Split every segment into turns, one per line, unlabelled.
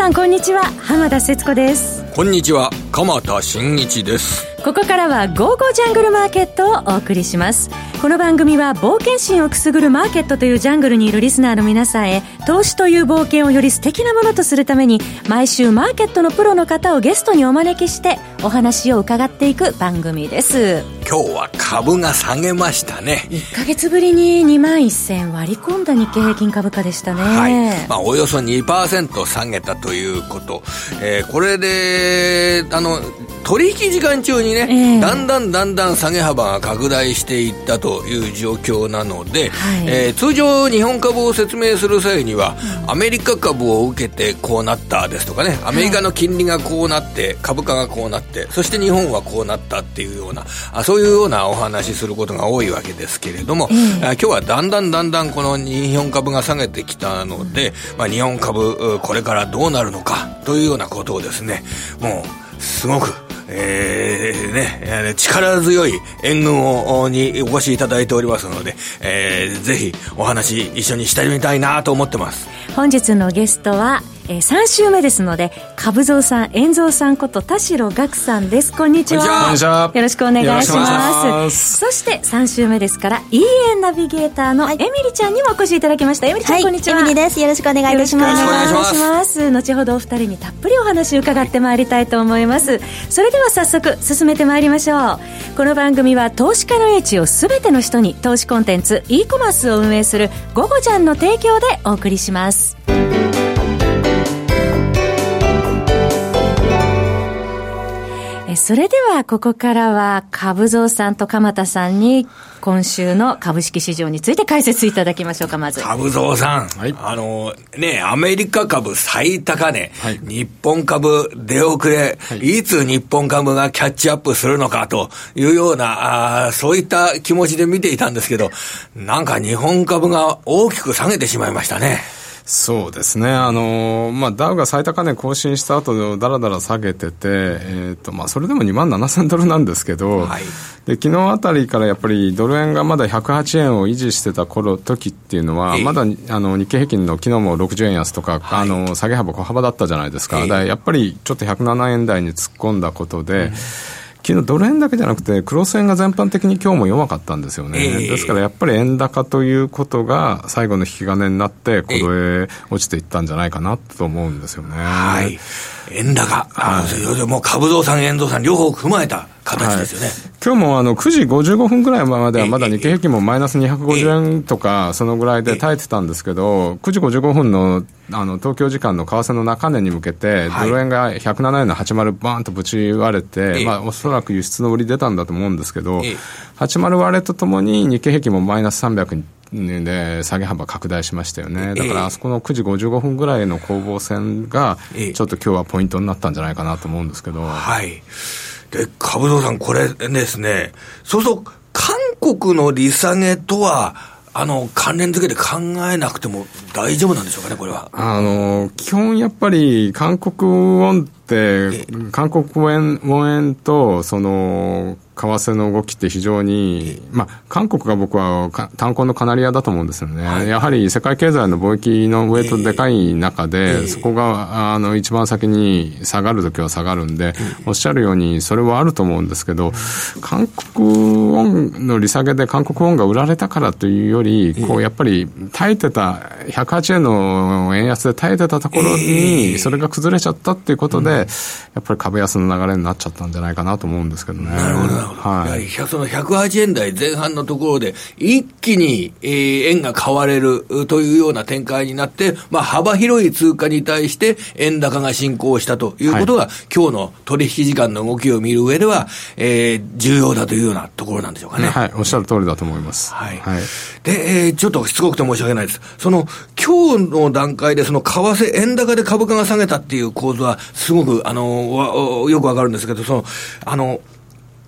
さんこんにちは、浜田節子です。
こんにちは、鎌田新一です。
ここからはゴーゴージャングルマーケットをお送りします。この番組は冒険心をくすぐるマーケットというジャングルにいるリスナーの皆さんへ、投資という冒険をより素敵なものとするために、毎週マーケットのプロの方をゲストにお招きしてお話を伺っていく番組です。
今日は株が下げましたね。
1ヶ月ぶりに21,000割り込んだ日経平均株価でしたね。
はい、およそ 2% 下げたということ、これで取引時間中にね、だんだん下げ幅が拡大していったという状況なので、はい、通常日本株を説明する際には、アメリカ株を受けてこうなったですとかね、アメリカの金利がこうなって株価がこうなって、そして日本はこうなったっていうような、そういうようなお話することが多いわけですけれども、今日はだんだんこの日本株が下げてきたので、日本株これからどうなるのかというようなことをですね、もうすごく力強い援軍にお越しいただいておりますので、ぜひお話一緒にしてみたいなと思ってます。
本日のゲストは、3週目ですので、株蔵さん、円蔵さんこと田代岳さんです。こんにちは。
こんにちは。
よろしくお願いします。そして3週目ですから、EA ナビゲーターのエミリちゃんにもお越しいただきました。エミリちゃん、こんにちは。
エミリです。よろしくお願いいたします。
よろしくお願いします。後ほどお二人にたっぷりお話を伺ってまいりたいと思います。それでは早速進めてまいりましょう。この番組は投資家の英知をすべての人に、投資コンテンツ e コマースを運営するゴゴジャンの提供でお送りします。それではここからは株蔵さんと鎌田さんに今週の株式市場について解説いただきましょうか。まず
株蔵さん、はい、アメリカ株最高値、はい、日本株出遅れ、はい、いつ日本株がキャッチアップするのかというようなそういった気持ちで見ていたんですけど、なんか日本株が大きく下げてしまいましたね。
そうですね。ダウが最高値更新した後だらだら下げてて、それでも27,000ドルなんですけど、はい、で昨日あたりからやっぱりドル円がまだ108円を維持してた時っていうのは、まだ日経平均の昨日も60円安とか、はい、下げ幅小幅だったじゃないですか。だからやっぱりちょっと107円台に突っ込んだことで、昨日ドル円だけじゃなくてクロス円が全般的に今日も弱かったんですよね。ですからやっぱり円高ということが最後の引き金になってここへ落ちていったんじゃないかなと思うんですよね。
はい、円高、もう株蔵さん円蔵さん両方踏まえた形ですよね。はい、今
日も9時55分ぐらいまではまだ日経平均もマイナス250円とかそのぐらいで耐えてたんですけど、9時55分の東京時間の為替の中値に向けてドル円が107円の80バーンとぶち割れて、おそらく輸出の売り出たんだと思うんですけど、80割れとともに日経平均もマイナス300で下げ幅拡大しましたよね。だからあそこの9時55分ぐらいの攻防戦がちょっと今日はポイントになったんじゃないかなと思うんですけど、
はい。で、株蔵さん、これですね、そうそう、韓国の利下げとは関連付けて考えなくても大丈夫なんでしょうかね、これは。
基本やっぱり韓国ウォンって韓国ウォン円とその為替の動きって非常に、韓国が僕は炭鉱のカナリアだと思うんですよね。はい、やはり世界経済の貿易のウェイトでかい中で、そこが一番先に下がるときは下がるんで、おっしゃるようにそれはあると思うんですけど、韓国ウォンの利下げで韓国ウォンが売られたからというより、こうやっぱり耐えてた108円の円安で耐えてたところにそれが崩れちゃったっていうことで、やっぱり株安の流れになっちゃったんじゃないかなと思うんですけどね。
なるほど。はい、その108円台前半のところで一気に、円が買われるというような展開になって、幅広い通貨に対して円高が進行したということが、はい、今日の取引時間の動きを見る上では、重要だというようなところなんでしょうかね。
はい、おっしゃる通りだと思います。
はい。はい、で、ちょっとしつこくて申し訳ないです。今日の段階で為替円高で株価が下げたっていう構図はすごくよくわかるんですけど、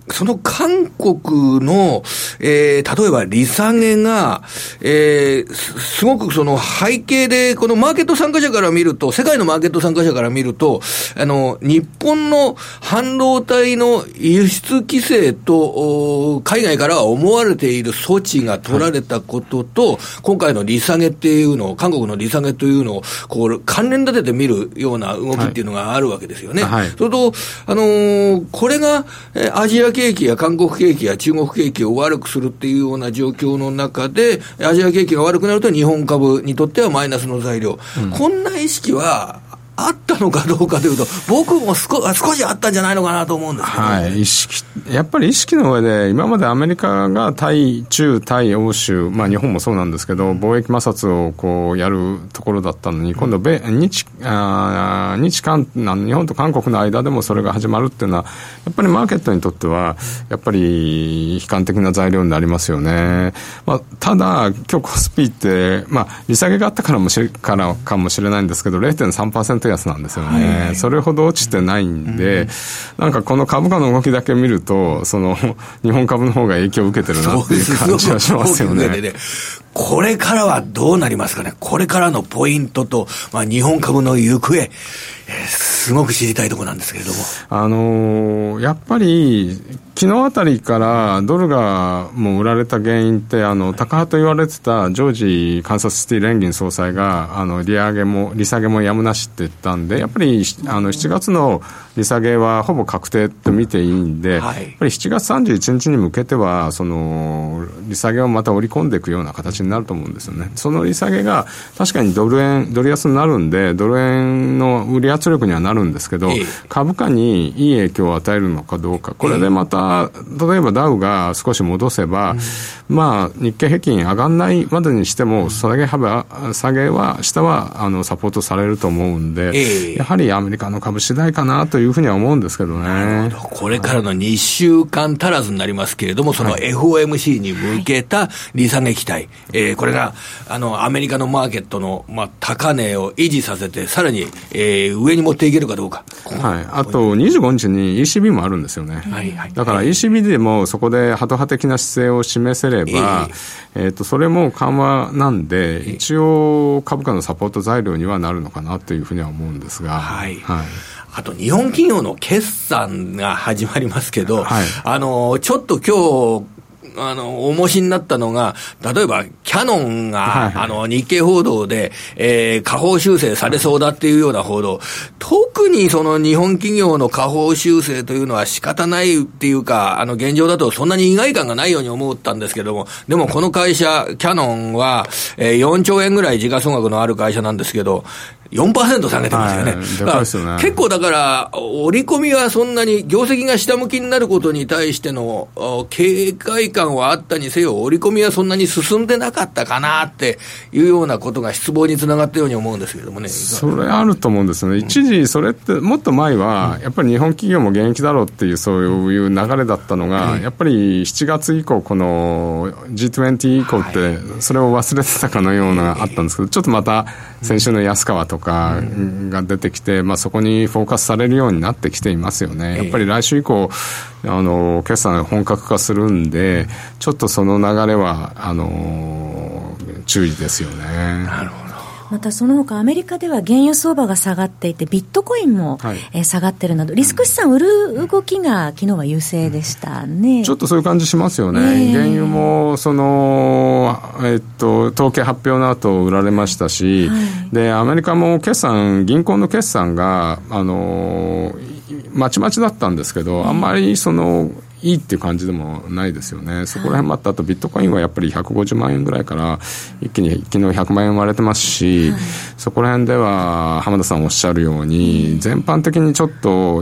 その韓国の、例えば利下げが、すごくその背景で、このマーケット参加者から見ると、世界のマーケット参加者から見ると、日本の半導体の輸出規制と、海外からは思われている措置が取られたことと、今回の利下げっていうのを、韓国の利下げというのを、こう、関連立てて見るような動きっていうのがあるわけですよね。それと、これが、アジア景気や韓国景気や中国景気を悪くするっていうような状況の中で、アジア景気が悪くなると日本株にとってはマイナスの材料。こんな意識はあったのかどうかというと、僕も少しあったんじゃないのかなと思うんですけど、ね。
やっぱり意識の上で、今までアメリカが対欧州、日本もそうなんですけど、貿易摩擦をこうやるところだったのに、今度日韓、日本と韓国の間でもそれが始まるっていうのは、やっぱりマーケットにとっては、やっぱり悲観的な材料になりますよね。ただ、今日コスピって、利下げがあったからかもしれないんですけど、0.3% 安なんですよね。それほど落ちてないんで、なんかこの株価の動きだけ見ると、その日本株の方が影響を受けてるなっていう感じはしますよね。
これからはどうなりますかね。これからのポイントと、日本株の行方、すごく知りたいところなんですけれども。
やっぱり昨日あたりからドルがもう売られた原因って、高派と言われてたジョージ・カンサスシティ連銀総裁が利下げもやむなしって言ったんで、やっぱり7月の利下げはほぼ確定と見ていいんで、やっぱり7月31日に向けてはその利下げをまた織り込んでいくような形になると思うんですよね。その利下げが確かにドル安になるんで、ドル円の売り圧力にはなるんですけど、株価にいい影響を与えるのかどうか、これでまた例えばダウが少し戻せば、日経平均上がんないまでにしても下げは下はサポートされると思うんで、やはりアメリカの株次第かなというふうには思うんですけどね。
なるほど。これからの2週間足らずになりますけれども、その FOMC に向けた利下げ期待、これがアメリカのマーケットの、高値を維持させてさらに、上に持っていけるかどうか。
あと25日に ECB もあるんですよね。だから ECB でもそこでハト派的な姿勢を示せれば、それも緩和なんで、一応株価のサポート材料にはなるのかなというふうには思うんですが、
あと日本企業の決算が始まりますけど、ちょっと今日おもしになったのが、例えばキャノンが、日経報道で、下方修正されそうだっていうような報道、特にその日本企業の下方修正というのは仕方ないっていうか、現状だとそんなに意外感がないように思ったんですけども、でもこの会社キャノンは、4兆円ぐらい時価総額のある会社なんですけど、4% 下げてますよね。結構だから織り込みはそんなに業績が下向きになることに対しての警戒感はあったにせよ、織り込みはそんなに進んでなかったかなっていうようなことが失望につながったように思うんですけれどもね。
それあると思うんですよね。一時それってもっと前はやっぱり日本企業も現役だろうっていうそういう流れだったのが、やっぱり7月以降この G20 以降ってそれを忘れてたかのようなあったんですけど、ちょっとまた先週の安川とかが出てきて、そこにフォーカスされるようになってきていますよね。やっぱり来週以降決算本格化するんで、ちょっとその流れは注意ですよね。
なるほど。
またその他アメリカでは原油相場が下がっていて、ビットコインも、下がってるなどリスク資産売る動きが昨日は優勢でしたね。
ちょっとそういう感じしますよね。原油もその、統計発表の後売られましたし、でアメリカも銀行の決算がまちまちだったんですけど、あんまりいいっていう感じでもないですよね。そこら辺もあった。あとビットコインはやっぱり150万円ぐらいから一気に昨日100万円割れてますし、そこら辺では浜田さんおっしゃるように、全般的にちょっと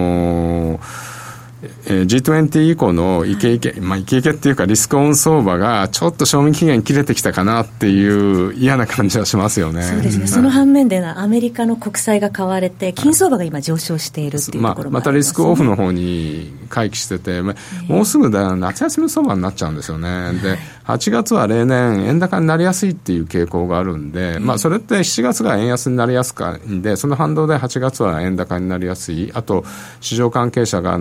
G20 以降のイケイケっていうかリスクオン相場がちょっと賞味期限切れてきたかなっていう嫌な感じはしますよね。
そうですね。その反面でアメリカの国債が買われて金相場が今上昇しているっていうところもありますね。
またリスクオフの方に回帰してて、もうすぐ夏休み相場になっちゃうんですよね。で8月は例年円高になりやすいっていう傾向があるんで、それって7月が円安になりやすいんで、その反動で8月は円高になりやすい。あと市場関係者が夏休みを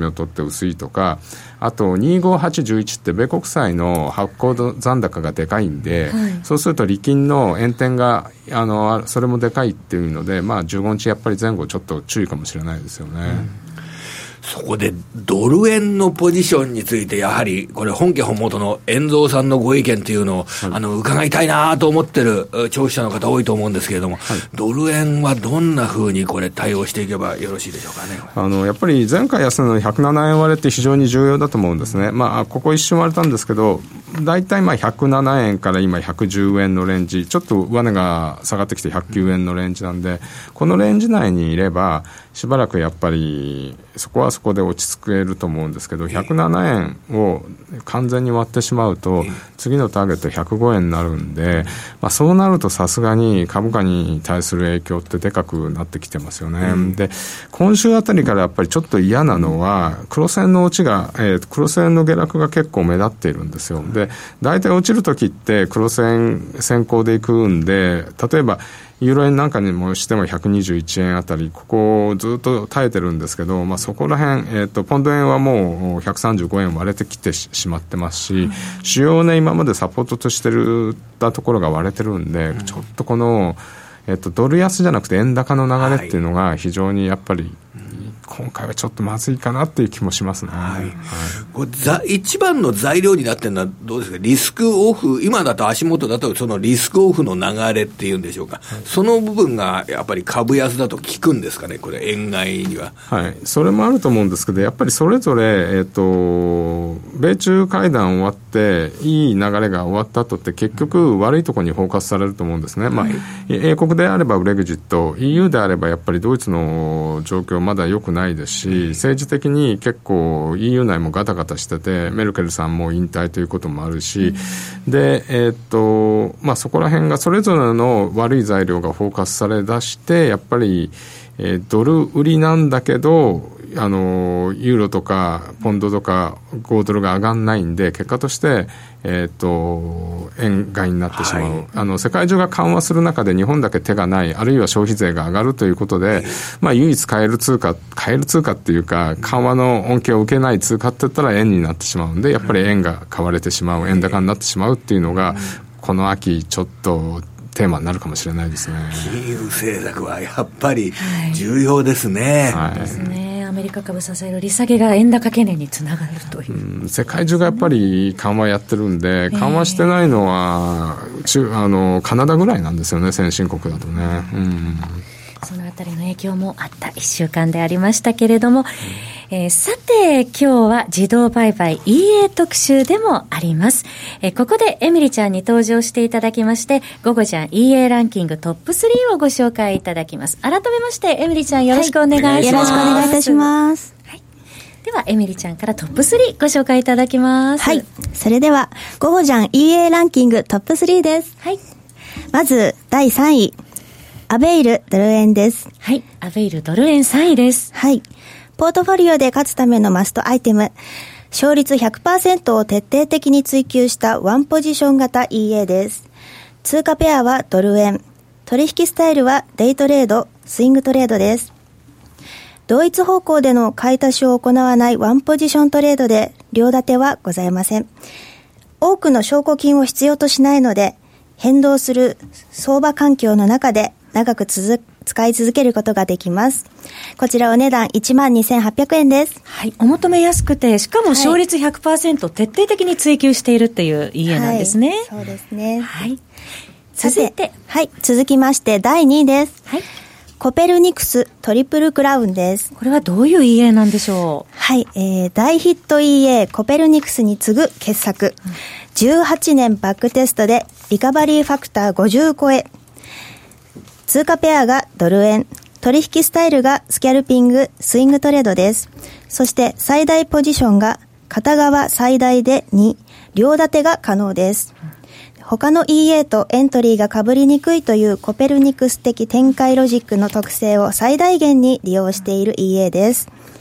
を取って薄いとか、あと25811って米国債の発行残高がでかいんで、そうすると利金の円転がそれもでかいっていうので、15日やっぱり前後ちょっと注意かもしれないですよね。
そこでドル円のポジションについて、やはりこれ本家本元の遠蔵さんのご意見というのを、伺いたいなと思ってる聴取者の方多いと思うんですけれども、ドル円はどんなふうにこれ対応していけばよろしいでしょうかね。
やっぱり前回安値の107円割れって非常に重要だと思うんですね。ここ一瞬割れたんですけど、だいたい107円から今110円のレンジ、ちょっと上値が下がってきて109円のレンジなんで、このレンジ内にいればしばらくやっぱりそこはそこで落ち着けると思うんですけど、107円を完全に割ってしまうと次のターゲット105円になるんで、そうなるとさすがに株価に対する影響ってでかくなってきてますよね。で、今週あたりからやっぱりちょっと嫌なのは黒線の落ちが、黒線の下落が結構目立っているんですよ。で、大体落ちるときって黒線先行でいくんで、例えばユーロ円なんかにもしても121円あたり、ここをずっと耐えてるんですけど、そこら辺、ポンド円はもう135円割れてきてしまってますし、主要ね、今までサポートとしてたところが割れてるんで、ちょっとこの、ドル安じゃなくて円高の流れっていうのが非常にやっぱり、今回はちょっとまずいかなっていう気もしますね。
これ一番の材料になってるのはどうですか。リスクオフ、今だと足元だとそのリスクオフの流れっていうんでしょうか、その部分がやっぱり株安だと効くんですかね、これ円買いには。
それもあると思うんですけど、やっぱりそれぞれ、米中会談終わっていい流れが終わった後って結局悪いところにフォーカスされると思うんですね。英国であればブレグジット、 EU であればやっぱりドイツの状況まだ良くないですし、政治的に結構 EU 内もガタガタしてて、メルケルさんも引退ということもあるし、で、そこら辺がそれぞれの悪い材料がフォーカスされだして、やっぱり、ドル売りなんだけどユーロとかポンドとか5ドルが上がんないんで、結果として円買いになってしまう、世界中が緩和する中で日本だけ手がない、あるいは消費税が上がるということで、唯一買える通貨っていうか、緩和の恩恵を受けない通貨って言ったら円になってしまうんで、やっぱり円が買われてしまう、円高になってしまうっていうのが、この秋ちょっとテーマになるかもしれないですね。
金融政策はやっぱり重要ですね。
ですね。アメリカ株支える利下げが円高懸念につながるという、
世界中がやっぱり緩和やってるんで、緩和してないのは、カナダぐらいなんですよね、先進国だとね。
そのあたりの影響もあった1週間でありましたけれども、さて今日は自動売買 EA 特集でもあります。ここでエミリちゃんに登場していただきまして、午後じゃん EA ランキングトップ3をご紹介いただきます。改めましてエミリちゃんよろしくお願いします。
よろしくお願いいたします。
ではエミリちゃんからトップ3ご紹介いただきます。
それでは午後じゃん EA ランキングトップ3です。まず第3位、アベイルドル円です。
アベイルドル円3位です。
ポートフォリオで勝つためのマストアイテム、勝率 100% を徹底的に追求したワンポジション型 EA です。通貨ペアはドル円、取引スタイルはデイトレード、スイングトレードです。同一方向での買い足しを行わないワンポジショントレードで両立てはございません。多くの証拠金を必要としないので、変動する相場環境の中で長く使い続けることができます。こちらお値段 12,800 円です。
お求めやすくて、しかも勝率 100% 徹底的に追求しているっていう家なんですね。
そうですね。
続いて、
続きまして第2位です。コペルニクストリプルクラウンです。
これはどういう EA なんでしょ
う。大ヒット EA コペルニクスに次ぐ傑作、18年バックテストでリカバリーファクター50超え、通貨ペアがドル円、取引スタイルがスキャルピング、スイングトレードです。そして最大ポジションが片側最大で2、両立てが可能です。他の EA とエントリーが被りにくいというコペルニクス的展開ロジックの特性を最大限に利用している EA です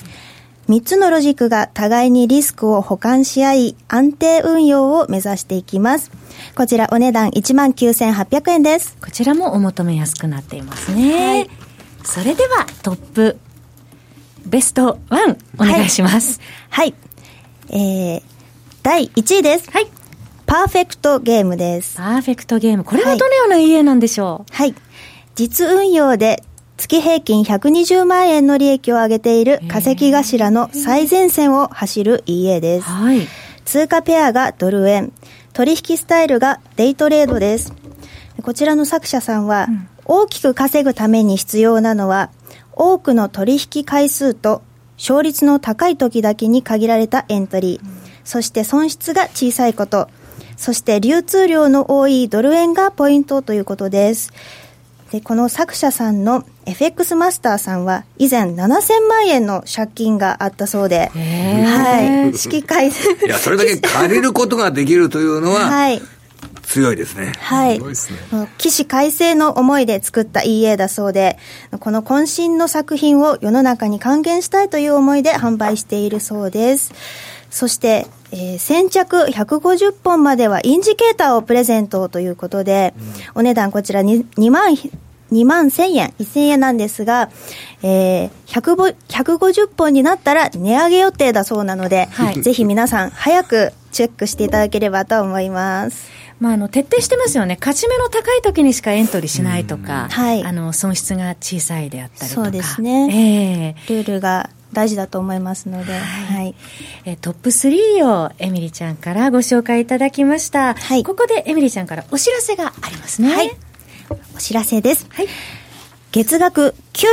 。3つのロジックが互いにリスクを補完し合い、安定運用を目指していきます。こちらお値段 19,800 円です。
こちらもお求めやすくなっていますね。それではトップベスト1お願いします。
はい。第1位です。
はい。
パーフェクトゲームです。
パーフェクトゲーム。これはどのようなEAなんでしょう？
はい。実運用で月平均120万円の利益を上げている化石頭の最前線を走る EA です。
はい。
通貨ペアがドル円。取引スタイルがデイトレードです。こちらの作者さんは、大きく稼ぐために必要なのは、多くの取引回数と勝率の高い時だけに限られたエントリー、そして損失が小さいこと、そして流通量の多いドル円がポイントということです。で、この作者さんの FX マスターさんは以前7000万円の借金があったそうで、はい、式回数
いや、それだけ借りることができるというのは、はい、強いですね。
はい。すごいですね。起死回生の思いで作った EA だそうで、この渾身の作品を世の中に還元したいという思いで販売しているそうです。そして、先着150本まではインジケーターをプレゼントということで、お値段こちら2万1000円、1000円なんですが、150本になったら値上げ予定だそうなので、はい、ぜひ皆さん早くチェックしていただければと思います。
まあ、徹底してますよね。勝ち目の高い時にしかエントリーしないとか、
はい、
損失が小さいであったりとか。
そうですね。ルールが大事だと思いますので、はい。
トップ3をエミリちゃんからご紹介いただきました。はい。ここでエミリちゃんからお知らせがありますね。
はい。お知らせです。はい。月額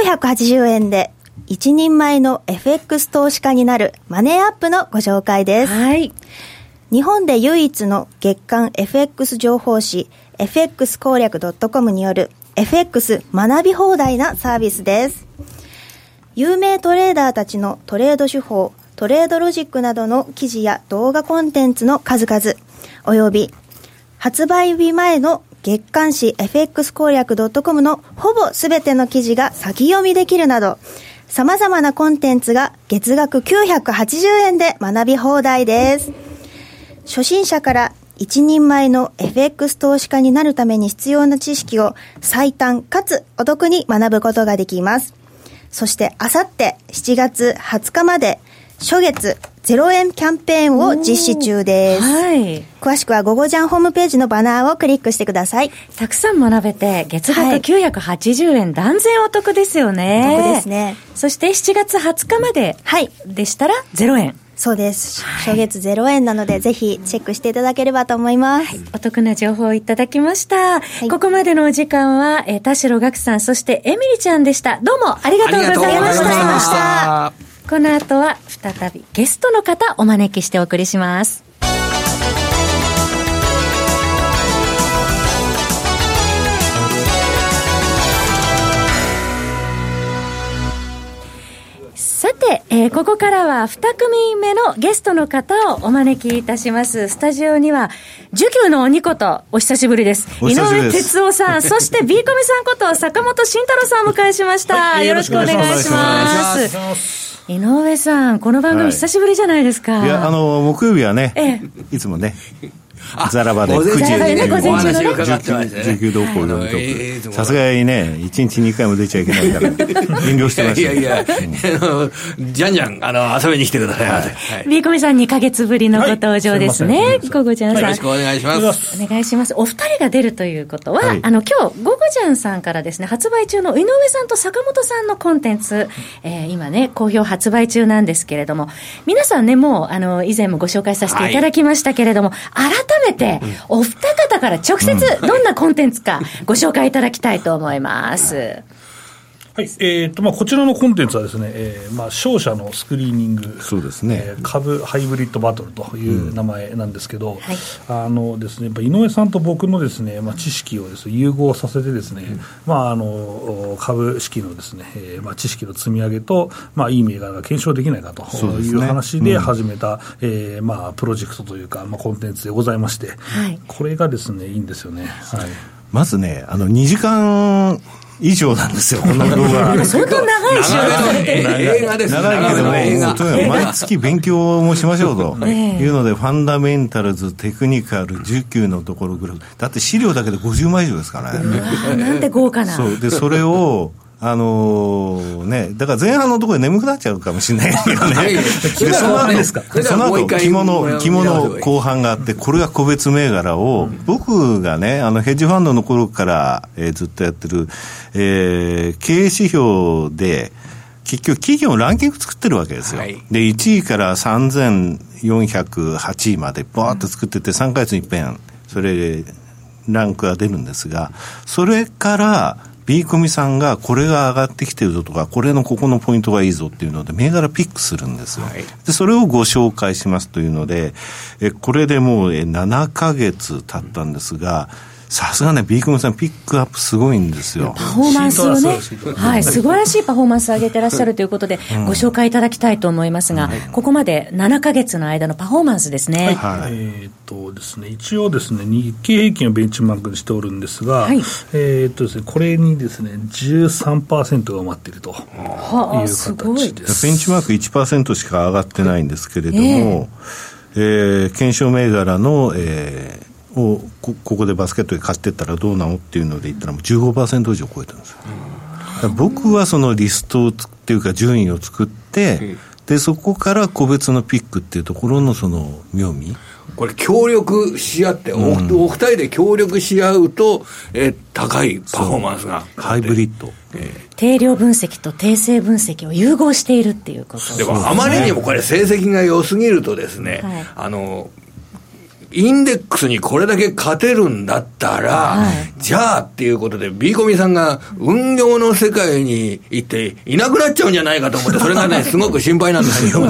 980円で一人前の FX 投資家になるマネーアップのご紹介です。はい。日本で唯一の月間 FX 情報誌 FX 攻略 .com による FX 学び放題なサービスです。有名トレーダーたちのトレード手法、トレードロジックなどの記事や動画コンテンツの数々、および発売日前の月刊誌 FX 攻略 .com のほぼすべての記事が先読みできるなど、様々なコンテンツが月額980円で学び放題です。初心者から一人前の FX 投資家になるために必要な知識を最短かつお得に学ぶことができます。そしてあさって7月20日まで初月0円キャンペーンを実施中です。はい。詳しくはゴゴジャンホームページのバナーをクリックしてください。
たくさん学べて月額980円、断然お得ですよね。
お得ですね。
そして7月20日まででしたら0円。
そうです。初月0円なので、ぜひチェックしていただければと思います。はい、
お得な情報をいただきました。はい、ここまでのお時間は、田代岳さん、そしてエミリちゃんでした。どうもありがとうございました。この後は再びゲストの方お招きしてお送りします。さて、ここからは2組目のゲストの方をお招きいたします。スタジオには、受給の鬼ことお久しぶりです。井上哲夫さん、そして B コミさんこと坂本慎太郎さんをお迎えしました。はい、よろしくお願いします。井上さん、この番組久しぶりじゃないですか。
いや、木曜日はね、いつもね、ザラバで9時に
お話を伺ってましたね。
19動向を読み解く。さすがにね、1日2回も出ちゃいけないから、遠慮してました。
いや、じゃんじゃん、遊びに来てください。はい。
ビーコミさん2ヶ月ぶりのご登場ですね。ゴゴジャンさん。
よろしくお願いします。
お願いします。お二人が出るということは、今日、ゴゴジャンさんからですね、発売中の井上さんと坂本さんのコンテンツ、今ね、好評発売中なんですけれども、皆さんね、もう、以前もご紹介させていただきましたけれども、改めて、お二方から直接どんなコンテンツかご紹介いただきたいと思います。
はい。こちらのコンテンツはですね、商社のスクリーニング。
そうですね。
株ハイブリッドバトルという名前なんですけど、ですね、やっぱ井上さんと僕のですね、知識をですね、融合させてですね、株式のですね、知識の積み上げと、いい銘柄が検証できないかという話で始めた、プロジェクトというか、コンテンツでございまして、これがですね、いいんですよね。はい。
まずね、2時間、以上なんですよ、この動画。
相当長いし
映画ですね。
長いけども、毎月勉強もしましょうというので、ファンダメンタルズ、テクニカル、需給のところぐらい。だって資料だけで50枚以上ですからね。
なんて豪華な。
そう。で、それを、 ね、だから前半のところで眠くなっちゃうかもしれないけどね。でその後着物後半があって、これが個別銘柄を、僕がね、ヘッジファンドの頃から、ずっとやってる、経営指標で、結局企業のランキング作ってるわけですよ。はい、で、1位から3408位までバーッと作ってて、3ヶ月に一遍、それ、ランクが出るんですが、それから、B コミさんがこれが上がってきてるぞとか、これのここのポイントがいいぞっていうので銘柄ピックするんですよ、はい、でそれをご紹介しますというので、これでもう7ヶ月経ったんですが、さすがね B コミさんピックアップすごいんですよ。
パフォーマンスをね、はい、素晴らしいパフォーマンスを上げてらっしゃるということで、ご紹介いただきたいと思いますが、ここまで7ヶ月の間のパフォーマンスですね。
はい、ですね、一応ですね、日経平均をベンチマークにしておるんですが、はい、ですね、これにですね 13% が埋まっているという形です。
ベンチマーク 1% しか上がってないんですけれども、検証銘柄の、をここでバスケットで買っていったらどうなのっていうので言ったらもう 15% 以上超えてるんですよ。僕はそのリストをっていうか順位を作って、でそこから個別のピックっていうところのその妙味、
これ協力し合って、お二人で協力し合うと、高いパフォーマンスが
ハイブリッド、
定量分析と定性分析を融合しているっていうこと
でもあまりにもこれ成績が良すぎるとですね、はい、インデックスにこれだけ勝てるんだったら、はい、じゃあっていうことで B コミさんが運用の世界に行っていなくなっちゃうんじゃないかと思って、それがねすごく心配なんですよ。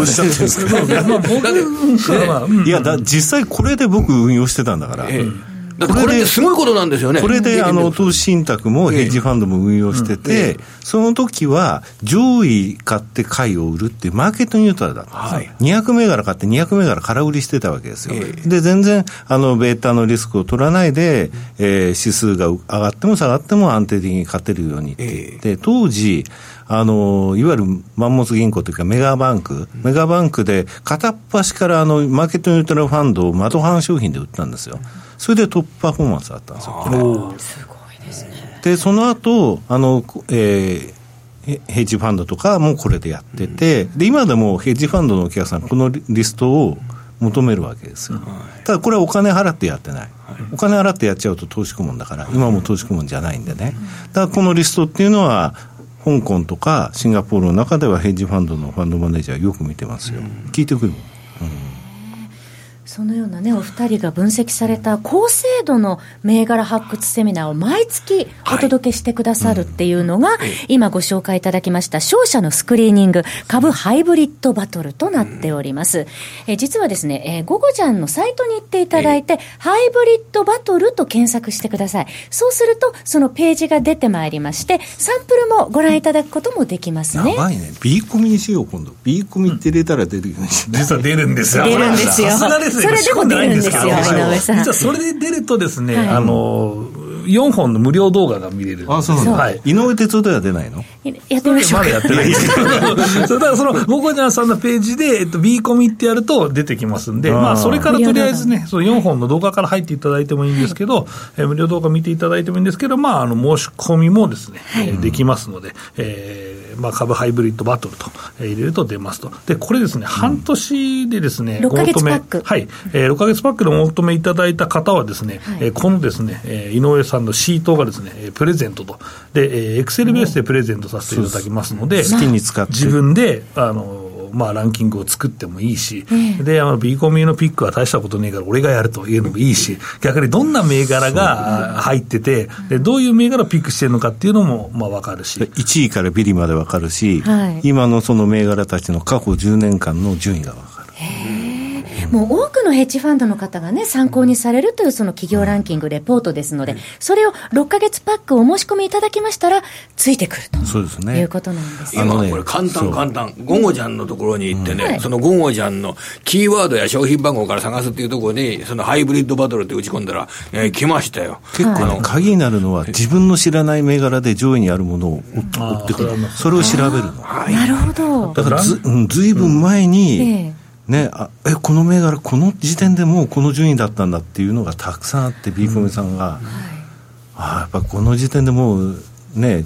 いや実際これで僕運用してたんだから、
だってこれってすごいことなんですよね。
これで投資信託もヘッジファンドも運用してて、その時は上位買って買いを売るっていうマーケットニュートラルだったんですよ、はい、200銘柄買って200銘柄空売りしてたわけですよ、で全然ベータのリスクを取らないで、指数が上がっても下がっても安定的に勝てるようにって言って、当時いわゆるマンモス銀行というかメガバンクで片っ端からマーケットニュートラルファンドを窓販商品で売ったんですよ。それでトップパフォーマンスだったんですよ。
すごいですね。
でその後ヘッジファンドとかもこれでやってて、で今でもヘッジファンドのお客さんこのリストを求めるわけですよ、ただこれはお金払ってやってない、お金払ってやっちゃうと投資顧問だから、今も投資顧問じゃないんでね、だからこのリストっていうのは香港とかシンガポールの中ではヘッジファンドのファンドマネージャーよく見てますよ、聞いてくるもん、
そのようなね、お二人が分析された高精度の銘柄発掘セミナーを毎月お届けしてくださるっていうのが、今ご紹介いただきました商社のスクリーニング株ハイブリッドバトルとなっております。実はですね、ゴゴジャンのサイトに行っていただいて、ハイブリッドバトルと検索してください。そうするとそのページが出てまいりまして、サンプルもご覧いただくこともできますね。
やばいね、 B コミにしよう今度。 B コミって入れたら出るようにして、
実は出るんですよ。
出るんですよ。
さすがですね。
それでも出るんですよ、井上さん。
実はそれで出るとですね、4本の無料動画が見れる。
あ、そうなんだ、はい、井上哲夫では出ないの？
やってみましょうか。
まだやってないですけどそれからそのゴゴジャンさんのページで、B コミってやると出てきますんで、それからとりあえずね、その4本の動画から入っていただいてもいいんですけど、無料動画見ていただいてもいいんですけど、申し込みもですね、できますので、株ハイブリッドバトルと入れると出ますと。でこれですね、半年でですね、
6ヶ月パック、
はい、6ヶ月パックでお求めいただいた方はですね、このですね、井上さんのシートがですねプレゼントとで、エクセルベースでプレゼントさせていただきますので、
好きに使って
自分でランキングを作ってもいいし、でB コミのピックは大したことねえから俺がやるというのもいいし、逆にどんな銘柄が入ってて、でどういう銘柄をピックしてるのかっていうのも分かるし、
1位からビリまで分かるし、今のその銘柄たちの過去10年間の順位が分かる。
もう多くのヘッジファンドの方がね参考にされるというその企業ランキングレポートですので、それを6ヶ月パックお申し込みいただきましたらついてくると、
そうですね、
いうことなんですよ。
今これ簡単ゴゴジャンのところに行ってね、そのゴゴジャンのキーワードや商品番号から探すっていうところにそのハイブリッドバトルって打ち込んだら、来ましたよ。
結構鍵になるのは自分の知らない銘柄で上位にあるものを追ってくる、それを調べるの。
なるほど。
だからずいぶん前に、ね、この銘柄この時点でもうこの順位だったんだっていうのがたくさんあって、 B コミさんが、やっぱこの時点でもうね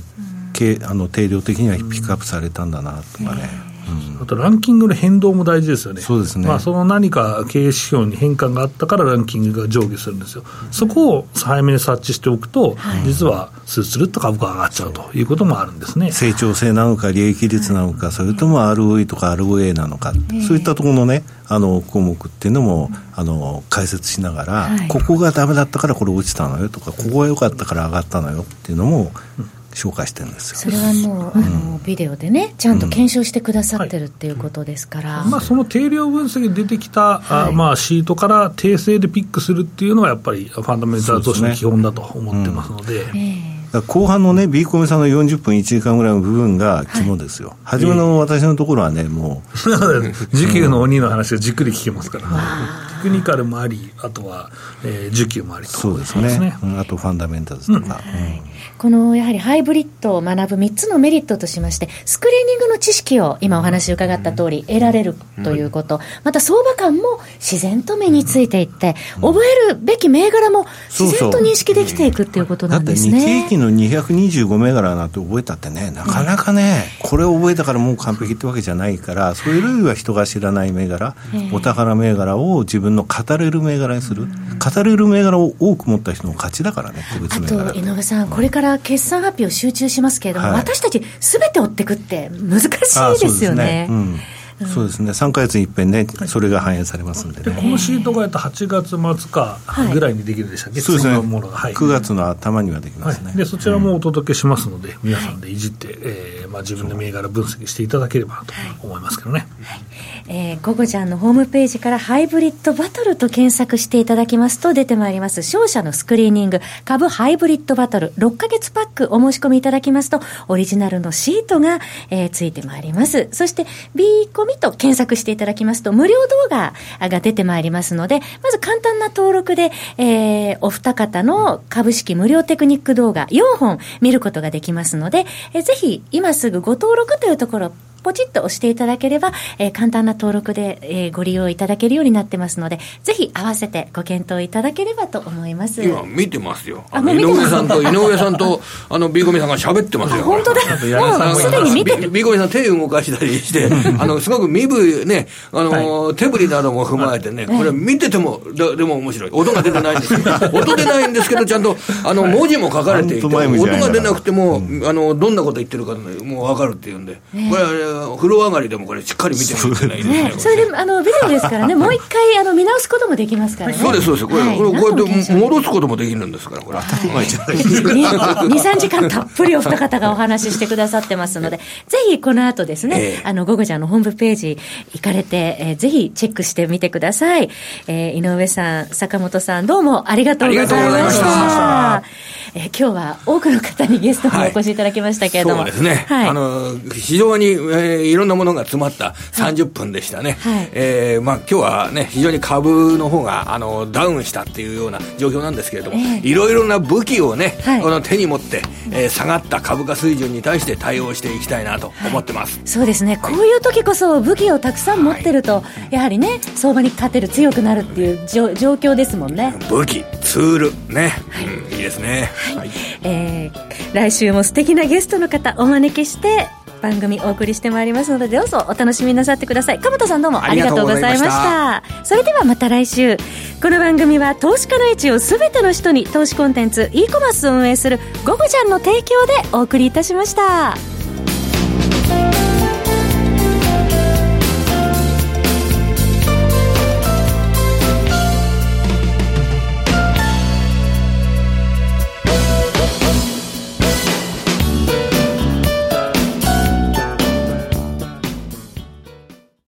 定量的にはピックアップされたんだなとかね、
あとランキングの変動も大事ですよね。
そうですね、
その何か経営指標に変化があったからランキングが上下するんですよ。そこを早めに察知しておくと、実はスルッと株価が上がっちゃうということもあるんですね。
成長性なのか利益率なのか、それとも ROE とか ROA なのか、そういったところのね項目っていうのも解説しながら、ここがダメだったからこれ落ちたのよとか、ここが良かったから上がったのよっていうのも紹介してるんですよ。
それはもうビデオでねちゃんと検証してくださってるっていうことですから、
その定量分析で出てきた、シートから訂正でピックするっていうのはやっぱりファンダメンタル投資の基本だと思ってますので、
後半のね B コミさんの40分1時間ぐらいの部分が肝ですよ。初めの私のところはねも
う時給の鬼の話をじっくり聞けますから、テクニカルもあり、あとは、需給もありと。
そうですね、あとファンダメンタルズとか、
このやはりハイブリッドを学ぶ3つのメリットとしまして、スクリーニングの知識を今お話伺った通り得られるということ、また相場感も自然と身についていって、覚えるべき銘柄も自然と認識できていくっていうことなんですね。
だって日経平均の225銘柄なんて覚えたってね、なかなかね、これを覚えたからもう完璧ってわけじゃないから、そういう類は人が知らない銘柄、お宝銘柄を自分の語れる銘柄にする、語れる銘柄を多く持った人の勝ちだからね、個別銘柄。
あと井上さん、これから決算発表集中しますけれども、私たち全て追っていくって難しいですよね。
そうですね、3ヶ月に一遍ね、それが反映されますんでね。
このシートが8月末かぐらいにできるでしたっけ。
そうですね、9月の頭にはできますね。
でそちらもお届けしますので、皆さんでいじって、自分の銘柄分析していただければなと思いますけどね。
ゴゴちゃんのホームページからハイブリッドバトルと検索していただきますと出てまいります。商社のスクリーニング株ハイブリッドバトル6ヶ月パックお申し込みいただきますと、オリジナルのシートが、ついてまいります。そして B コミと検索していただきますと無料動画が出てまいりますので、まず簡単な登録で、お二方の株式無料テクニック動画4本見ることができますので、ぜひ今すぐご登録というところポチッと押していただければ、簡単な登録で、ご利用いただけるようになってますので、ぜひ合わせてご検討いただければと思います。
今見てますよ。井上さんとビーコミさんが喋ってますよ。
本当だ。もうすでに見てる。
ビーコミさん手動かしたりしてすごく身振りね、手振りなども踏まえてね、これ見ててもでも面白い。音が出てないんですよ。音出ないんですけどちゃんと文字も書かれていて、音が出なくてもどんなこと言ってるかもう分かるっていうんで、これ風呂上がりでもこれしっかり見てみてないですね。
それでビデオですからね、もう一回見直すこともできますからね。
そうですそうです。こうやって戻すこともできるんですから、これ当たり前じゃないですか。
2、3時間たっぷりお二方がお話ししてくださってますので、ぜひこの後ですね、ゴゴちゃんのホームページ行かれて、ぜひチェックしてみてください。井上さん、坂本さん、どうもありがとうございました。今日は多くの方にゲストにお越しいただきましたけれども、
そうですね、非常に、いろんなものが詰まった30分でしたね。今日はね、非常に株の方がダウンしたっていうような状況なんですけれども、いろいろな武器をね、手に持って、下がった株価水準に対して対応していきたいなと思ってます。
そうですね、こういう時こそ武器をたくさん持ってると、やはりね、相場に勝てる、強くなるっていう状況ですもんね。
武器、ツールね、いいですね。
来週も素敵なゲストの方お招きして番組お送りしてまいりますので、どうぞお楽しみなさってください。鎌田さんどうもありがとうございました。それではまた来週。この番組は投資家の位置をすべての人に投資コンテンツ e コマースを運営するゴゴちゃんの提供でお送りいたしました。